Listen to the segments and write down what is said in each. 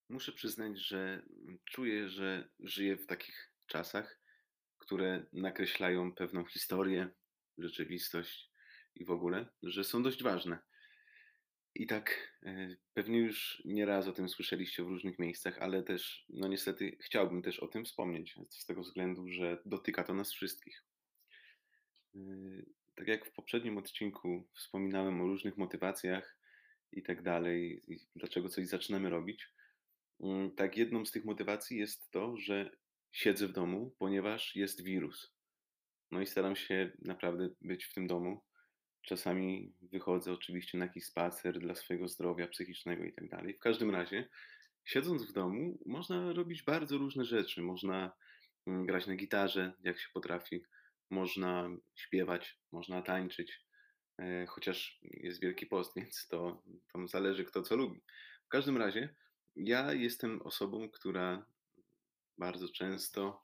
Muszę przyznać, że czuję, że żyję w takich czasach, które nakreślają pewną historię, rzeczywistość i w ogóle, że są dość ważne. I tak, pewnie już nieraz o tym słyszeliście w różnych miejscach, ale też, no niestety chciałbym też o tym wspomnieć, z tego względu, że dotyka to nas wszystkich. Tak jak w poprzednim odcinku wspominałem o różnych motywacjach i tak dalej, i dlaczego coś zaczynamy robić. Tak, jedną z tych motywacji jest to, że siedzę w domu, ponieważ jest wirus. No i staram się naprawdę być w tym domu. Czasami wychodzę oczywiście na jakiś spacer dla swojego zdrowia psychicznego i tak dalej. W każdym razie, siedząc w domu, można robić bardzo różne rzeczy. Można grać na gitarze, jak się potrafi, można śpiewać, można tańczyć, chociaż jest Wielki Post, więc to tam zależy kto co lubi. W każdym razie ja jestem osobą, która bardzo często,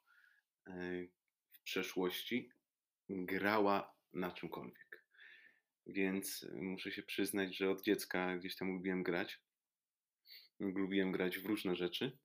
w przeszłości grała na czymkolwiek. Więc muszę się przyznać, że od dziecka gdzieś tam lubiłem grać. Lubiłem grać w różne rzeczy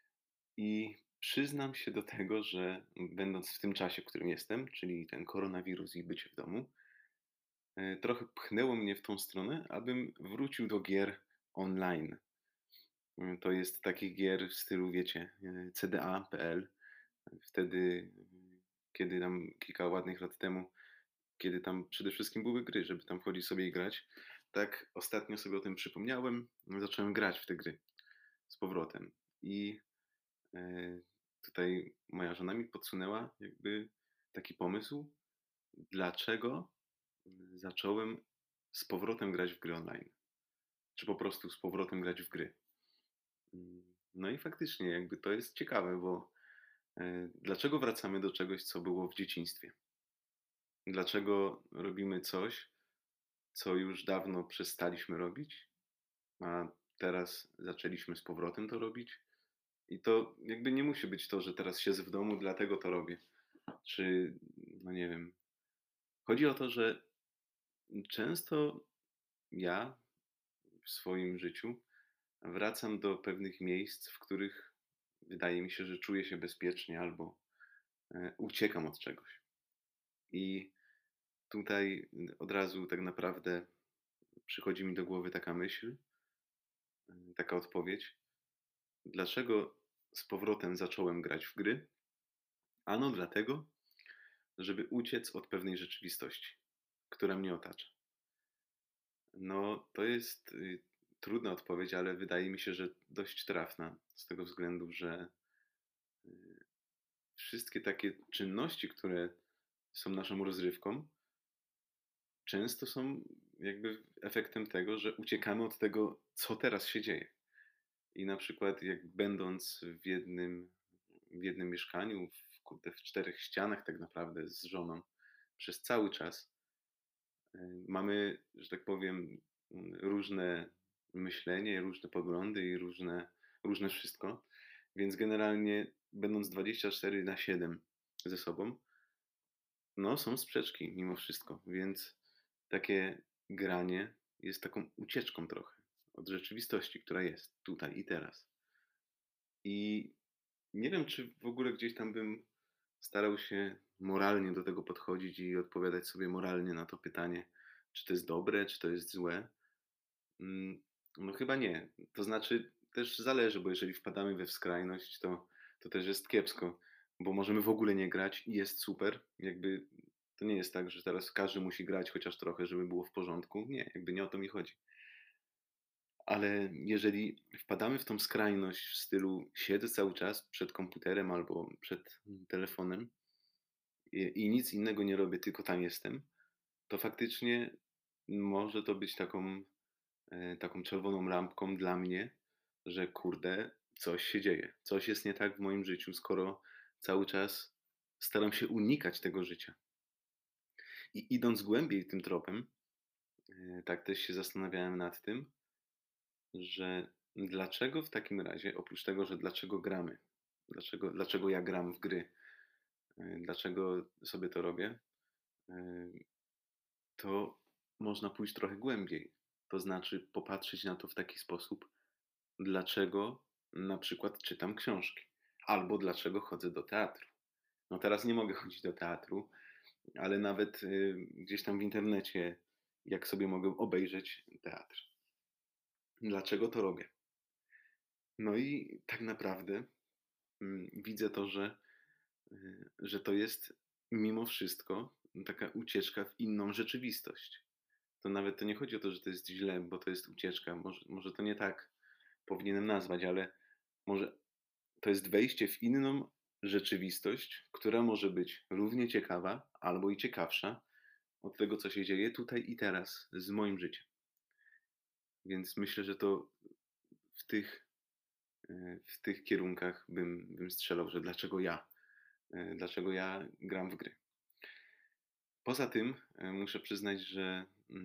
i przyznam się do tego, że będąc w tym czasie, w którym jestem, czyli ten koronawirus i bycie w domu, trochę pchnęło mnie w tą stronę, abym wrócił do gier online. To jest takich gier w stylu, wiecie, CDA.pl. Wtedy, kiedy tam kilka ładnych lat temu, kiedy tam przede wszystkim były gry, żeby tam wchodzić sobie i grać. Tak ostatnio sobie o tym przypomniałem, zacząłem grać w te gry z powrotem. I e, tutaj moja żona mi podsunęła jakby taki pomysł, dlaczego zacząłem z powrotem grać w gry online, czy po prostu z powrotem grać w gry. No i faktycznie jakby to jest ciekawe, bo dlaczego wracamy do czegoś, co było w dzieciństwie? Dlaczego robimy coś, co już dawno przestaliśmy robić, a teraz zaczęliśmy z powrotem to robić? I to jakby nie musi być to, że teraz siedzę w domu, dlatego to robię. Czy, no nie wiem. Chodzi o to, że często ja w swoim życiu wracam do pewnych miejsc, w których wydaje mi się, że czuję się bezpiecznie albo uciekam od czegoś. I tutaj od razu tak naprawdę przychodzi mi do głowy taka myśl, taka odpowiedź, dlaczego z powrotem zacząłem grać w gry? Ano dlatego, żeby uciec od pewnej rzeczywistości, która mnie otacza. No, to jest trudna odpowiedź, ale wydaje mi się, że dość trafna, z tego względu, że y, wszystkie takie czynności, które są naszą rozrywką, często są jakby efektem tego, że uciekamy od tego, co teraz się dzieje. I na przykład jak będąc w jednym mieszkaniu, kurde, w 4 ścianach tak naprawdę z żoną przez cały czas, mamy, że tak powiem, różne myślenie, różne poglądy i różne wszystko. Więc generalnie będąc 24/7 ze sobą, no, są sprzeczki mimo wszystko, więc takie granie jest taką ucieczką trochę od rzeczywistości, która jest tutaj i teraz. I nie wiem, czy w ogóle gdzieś tam bym starał się moralnie do tego podchodzić i odpowiadać sobie moralnie na to pytanie, czy to jest dobre, czy to jest złe. No chyba nie. To znaczy też zależy, bo jeżeli wpadamy we skrajność, to też jest kiepsko, bo możemy w ogóle nie grać i jest super. Jakby to nie jest tak, że teraz każdy musi grać chociaż trochę, żeby było w porządku. Nie, jakby nie o to mi chodzi. Ale jeżeli wpadamy w tą skrajność w stylu siedzę cały czas przed komputerem albo przed telefonem i nic innego nie robię, tylko tam jestem, to faktycznie może to być taką czerwoną lampką dla mnie, że kurde, coś się dzieje. Coś jest nie tak w moim życiu, skoro cały czas staram się unikać tego życia. I idąc głębiej tym tropem, tak też się zastanawiałem nad tym, że dlaczego w takim razie, oprócz tego, że dlaczego gramy, dlaczego ja gram w gry, dlaczego sobie to robię, y, to można pójść trochę głębiej. To znaczy popatrzeć na to w taki sposób, dlaczego na przykład czytam książki, albo dlaczego chodzę do teatru. No teraz nie mogę chodzić do teatru, ale nawet, gdzieś tam w internecie, jak sobie mogę obejrzeć teatr. Dlaczego to robię? No i tak naprawdę, widzę to, że to jest mimo wszystko taka ucieczka w inną rzeczywistość. To nie chodzi o to, że to jest źle, bo to jest ucieczka. Może to nie tak powinienem nazwać, ale może to jest wejście w inną rzeczywistość, która może być równie ciekawa albo i ciekawsza od tego, co się dzieje tutaj i teraz z moim życiem. Więc myślę, że to w tych, w tych kierunkach bym strzelał, że dlaczego ja gram w gry. Poza tym, muszę przyznać, że,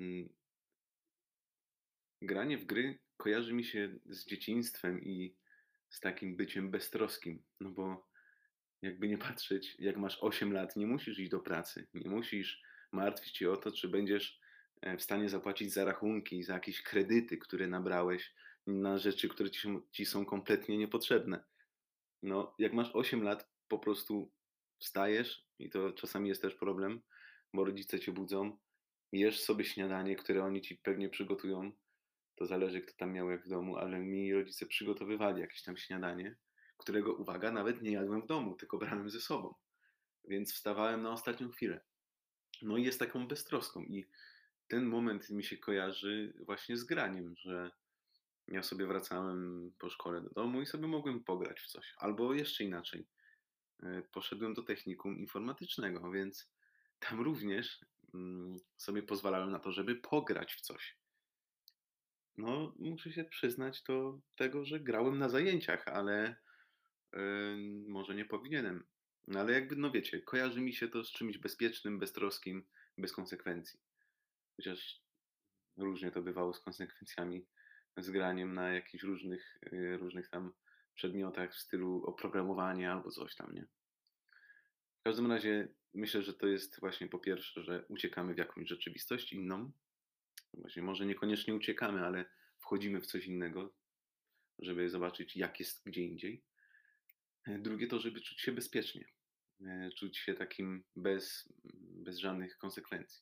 granie w gry kojarzy mi się z dzieciństwem i z takim byciem beztroskim. No bo jakby nie patrzeć, jak masz 8 lat, nie musisz iść do pracy, nie musisz martwić się o to, czy będziesz, w stanie zapłacić za rachunki, za jakieś kredyty, które nabrałeś na rzeczy, które ci są kompletnie niepotrzebne. No, jak masz 8 lat, po prostu wstajesz i to czasami jest też problem, bo rodzice cię budzą, jesz sobie śniadanie, które oni ci pewnie przygotują. To zależy, kto tam miał jak w domu, ale mi rodzice przygotowywali jakieś tam śniadanie, którego, uwaga, nawet nie jadłem w domu, tylko brałem ze sobą. Więc wstawałem na ostatnią chwilę. No i jest taką beztroską. I ten moment mi się kojarzy właśnie z graniem, że ja sobie wracałem po szkole do domu i sobie mogłem pograć w coś. Albo jeszcze inaczej, poszedłem do technikum informatycznego, więc tam również sobie pozwalałem na to, żeby pograć w coś. No, muszę się przyznać do tego, że grałem na zajęciach, ale, może nie powinienem. No, ale jakby, no wiecie, kojarzy mi się to z czymś bezpiecznym, beztroskim, bez konsekwencji. Chociaż różnie to bywało z konsekwencjami, z graniem na jakichś różnych tam przedmiotach w stylu oprogramowania albo coś tam, nie? W każdym razie myślę, że to jest właśnie po pierwsze, że uciekamy w jakąś rzeczywistość inną. Właśnie może niekoniecznie uciekamy, ale wchodzimy w coś innego, żeby zobaczyć, jak jest gdzie indziej. Drugie to, żeby czuć się bezpiecznie, czuć się takim bez żadnych konsekwencji.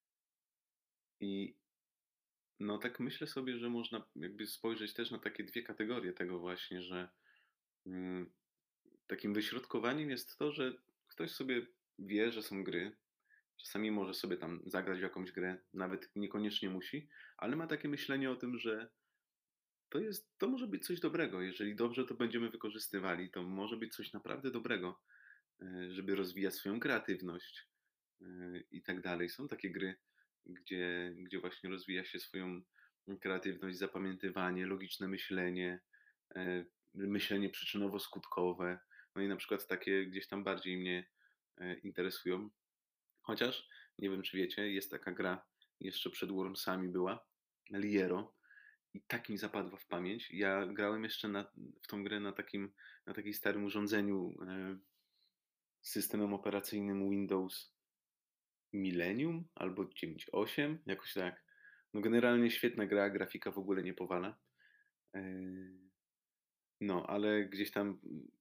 I no tak myślę sobie, że można jakby spojrzeć też na takie 2 kategorie tego właśnie, że, mm, takim wyśrodkowaniem jest to, że ktoś sobie wie, że są gry. Czasami może sobie tam zagrać w jakąś grę, nawet niekoniecznie musi, ale ma takie myślenie o tym, że to może być coś dobrego. Jeżeli dobrze to będziemy wykorzystywali, to może być coś naprawdę dobrego, żeby rozwijać swoją kreatywność, i tak dalej. Są takie gry, gdzie właśnie rozwija się swoją kreatywność, zapamiętywanie, logiczne myślenie, myślenie przyczynowo-skutkowe. No i na przykład takie gdzieś tam bardziej mnie, interesują. Chociaż nie wiem, czy wiecie, jest taka gra, jeszcze przed Wormsami była, Liero. I tak mi zapadła w pamięć. Ja grałem jeszcze w tą grę na takim starym urządzeniu, z systemem operacyjnym Windows Millennium albo 9.8, jakoś tak. No generalnie świetna gra, grafika w ogóle nie powala. Yy, no, ale gdzieś tam,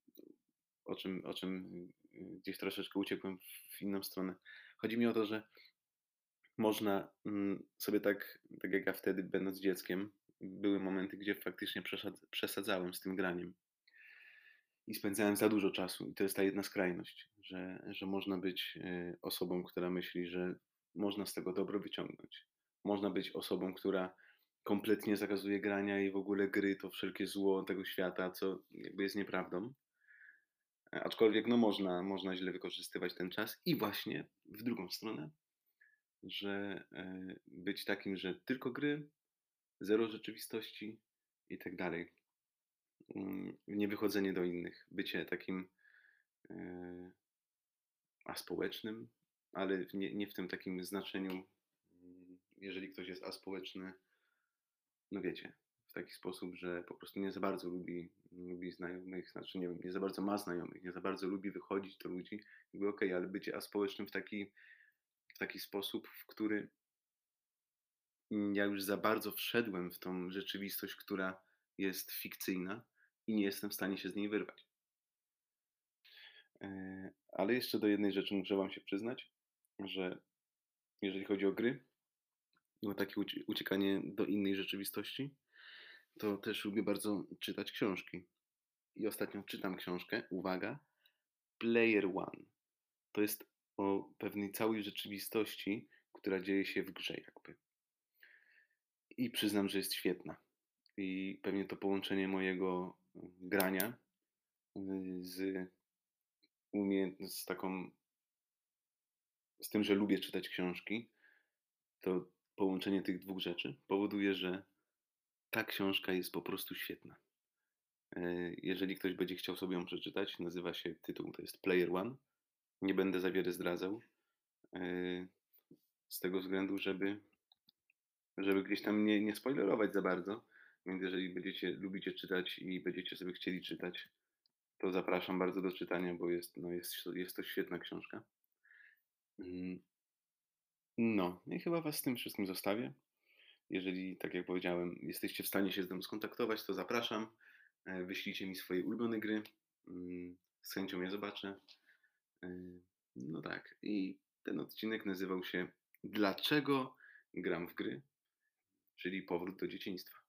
gdzieś troszeczkę uciekłem w inną stronę. Chodzi mi o to, że można, sobie tak jak ja wtedy będąc dzieckiem, były momenty, gdzie faktycznie przesadzałem z tym graniem i spędzałem za dużo czasu. I to jest ta jedna skrajność, że można być, osobą, która myśli, że można z tego dobro wyciągnąć. Można być osobą, która kompletnie zakazuje grania i w ogóle gry to wszelkie zło tego świata, co jakby jest nieprawdą. Aczkolwiek, no można źle wykorzystywać ten czas i właśnie w drugą stronę, że, być takim, że tylko gry, zero rzeczywistości i tak dalej. Niewychodzenie do innych, bycie takim, e, aspołecznym, ale nie w tym takim znaczeniu, jeżeli ktoś jest aspołeczny, no wiecie, w taki sposób, że po prostu nie za bardzo lubi znajomych, znaczy nie wiem, nie za bardzo ma znajomych, nie za bardzo lubi wychodzić do ludzi, jakby okej, ale bycie aspołecznym w taki sposób, w który, ja już za bardzo wszedłem w tą rzeczywistość, która jest fikcyjna, i nie jestem w stanie się z niej wyrwać. Ale jeszcze do jednej rzeczy muszę wam się przyznać, że jeżeli chodzi o gry i o takie uciekanie do innej rzeczywistości, to też lubię bardzo czytać książki. I ostatnio czytam książkę, uwaga, Player One. To jest o pewnej całej rzeczywistości, która dzieje się w grze jakby. I przyznam, że jest świetna. I pewnie to połączenie mojego grania z z taką z tym, że lubię czytać książki, to połączenie tych dwóch rzeczy powoduje, że ta książka jest po prostu świetna. Jeżeli ktoś będzie chciał sobie ją przeczytać, nazywa się tytuł to jest Player One. Nie będę za wiele zdradzał, yy, z tego względu, żeby gdzieś tam nie spoilerować za bardzo, więc jeżeli lubicie czytać i będziecie sobie chcieli czytać, to zapraszam bardzo do czytania, bo jest to świetna książka. Mm, no i chyba was z tym wszystkim zostawię. Jeżeli, tak jak powiedziałem, jesteście w stanie się ze mną skontaktować, to zapraszam. Wyślijcie mi swoje ulubione gry. Z chęcią je zobaczę. No tak. I ten odcinek nazywał się Dlaczego gram w gry? Czyli powrót do dzieciństwa.